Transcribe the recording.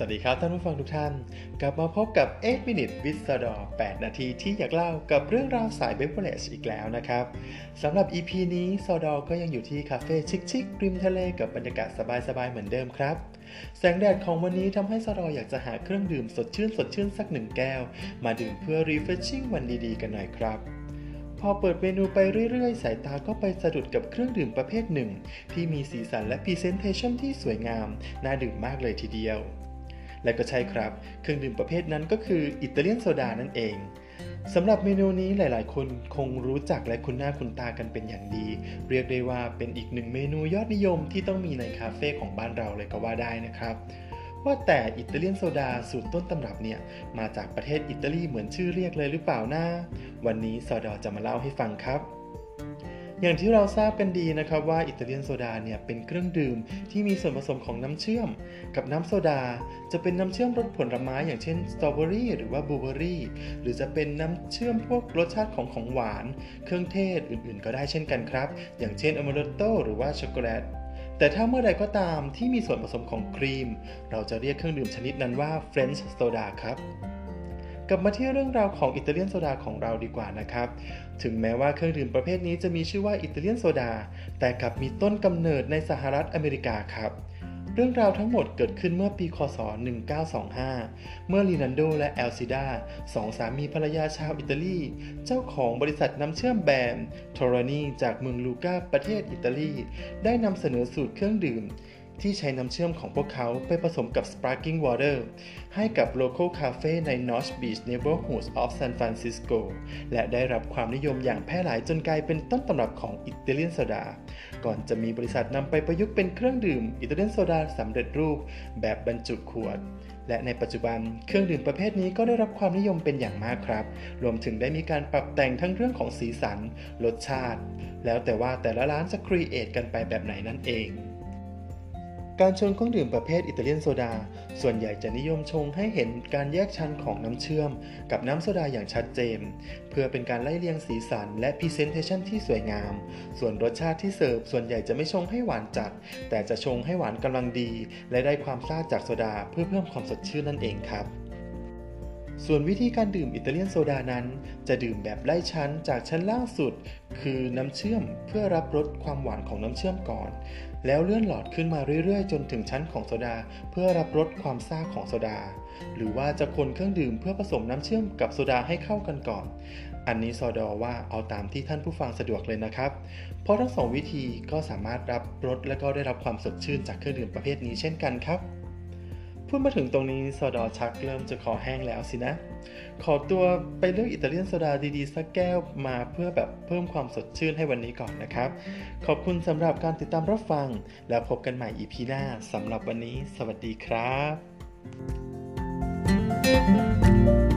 วัสดีครับท่านผู้ฟังทุกท่านกลับมาพบกับ8 Minutes with ซอดอ8นาทีที่อยากเล่ากับเรื่องราวสายเบเวอเรจอีกแล้วนะครับสำหรับ EP นี้ซอดอก็ยังอยู่ที่คาเฟ่ชิคๆริมทะเลกับบรรยากาศสบายๆเหมือนเดิมครับแสงแดดของวันนี้ทำให้ซอดออยากจะหาเครื่องดื่มสดชื่นสักหนึ่งแก้วมาดื่มเพื่อ refreshing วันดีๆกันหน่อยครับพอเปิดเมนูไปเรื่อยๆสายตาก็ไปสะดุดกับเครื่องดื่มประเภทหนึ่งที่มีสีสันและ presentation ที่สวยงามน่าดื่มมากเลยทีเดียวและก็ใช่ครับเครื่องดื่มประเภทนั้นก็คืออิตาเลียนโซดานั่นเองสำหรับเมนูนี้หลายๆคนคงรู้จักและคุ้นหน้าคุ้นตากันเป็นอย่างดีเรียกได้ว่าเป็นอีกหนึ่งเมนูยอดนิยมที่ต้องมีในคาเฟ่ของบ้านเราเลยก็ว่าได้นะครับว่าแต่อิตาเลียนโซดาสูตรต้นตำรับเนี่ยมาจากประเทศอิตาลีเหมือนชื่อเรียกเลยหรือเปล่านะวันนี้ซอดอจะมาเล่าให้ฟังครับอย่างที่เราทราบกันดีนะครับว่าอิตาเลียนโซดาเนี่ยเป็นเครื่องดื่มที่มีส่วนผสมของน้ำเชื่อมกับน้ำโซดาจะเป็นน้ำเชื่อมรสผลไม้อย่างเช่นสตรอเบอรี่หรือว่าบลูเบอรี่หรือจะเป็นน้ำเชื่อมพวกรสชาติของหวานเครื่องเทศอื่นๆก็ได้เช่นกันครับอย่างเช่นอเมริโต้หรือว่าช็อกโกแลตแต่ถ้าเมื่อใดก็ตามที่มีส่วนผสมของครีมเราจะเรียกเครื่องดื่มชนิดนั้นว่าเฟรนช์โซดาครับกลับมาที่เรื่องราวของอิตาเลียนโซดาของเราดีกว่านะครับถึงแม้ว่าเครื่องดื่มประเภทนี้จะมีชื่อว่าอิตาเลียนโซดาแต่กลับมีต้นกำเนิดในสหรัฐอเมริกาครับเรื่องราวทั้งหมดเกิดขึ้นเมื่อปีคศ1925เมื่อลีนันโดและแอลซิดาสองสามีภรรยาชาวอิตาลีเจ้าของบริษัทน้ำเชื่อมแบรนด์โทรานีจากเมืองลูกาประเทศอิตาลีได้นำเสนอสูตรเครื่องดื่มที่ใช้น้ำเชื่อมของพวกเขาไปผสมกับ Sparkling Water ให้กับ Local Cafe ใน North Beach Neighborhood of San Francisco และได้รับความนิยมอย่างแพร่หลายจนกลายเป็นต้นตำรับของอิตาเลียนโซดาก่อนจะมีบริษัทนำไปประยุกต์เป็นเครื่องดื่มอิตาเลียนโซดาสำเร็จรูปแบบบรรจุขวดและในปัจจุบันเครื่องดื่มประเภทนี้ก็ได้รับความนิยมเป็นอย่างมากครับรวมถึงได้มีการปรับแต่งทั้งเรื่องของสีสันรสชาติแล้วแต่ว่าแต่ละร้านจะครีเอทกันไปแบบไหนนั่นเองการชงเครื่องดื่มประเภทอิตาเลียนโซดาส่วนใหญ่จะนิยมชงให้เห็นการแยกชั้นของน้ำเชื่อมกับน้ำโซดาอย่างชัดเจนเพื่อเป็นการไล่เลียงสีสันและพรีเซนเทชันที่สวยงามส่วนรสชาติที่เสิร์ฟส่วนใหญ่จะไม่ชงให้หวานจัดแต่จะชงให้หวานกำลังดีและได้ความซ่าจากโซดาเพื่อเพิ่มความสดชื่นนั่นเองครับส่วนวิธีการดื่มอิตาเลียนโซดานั้นจะดื่มแบบไล่ชั้นจากชั้นล่างสุดคือน้ำเชื่อมเพื่อรับรสความหวานของน้ำเชื่อมก่อนแล้วเลื่อนหลอดขึ้นมาเรื่อยๆจนถึงชั้นของโซดาเพื่อรับรสความซ่าของโซดาหรือว่าจะคนเครื่องดื่มเพื่อผสมน้ำเชื่อมกับโซดาให้เข้ากันก่อนอันนี้ซอดอว่าเอาตามที่ท่านผู้ฟังสะดวกเลยนะครับเพราะทั้งสองวิธีก็สามารถรับรสและก็ได้รับความสดชื่นจากเครื่องดื่มประเภทนี้เช่นกันครับพูดมาถึงตรงนี้ซอดอชักเริ่มจะคอแห้งแล้วสินะขอตัวไปเลือกอิตาเลียนโซดาดีๆสักแก้วมาเพื่อแบบเพิ่มความสดชื่นให้วันนี้ก่อนนะครับขอบคุณสำหรับการติดตามรับฟังแล้วพบกันใหม่ EP หน้าสำหรับวันนี้สวัสดีครับ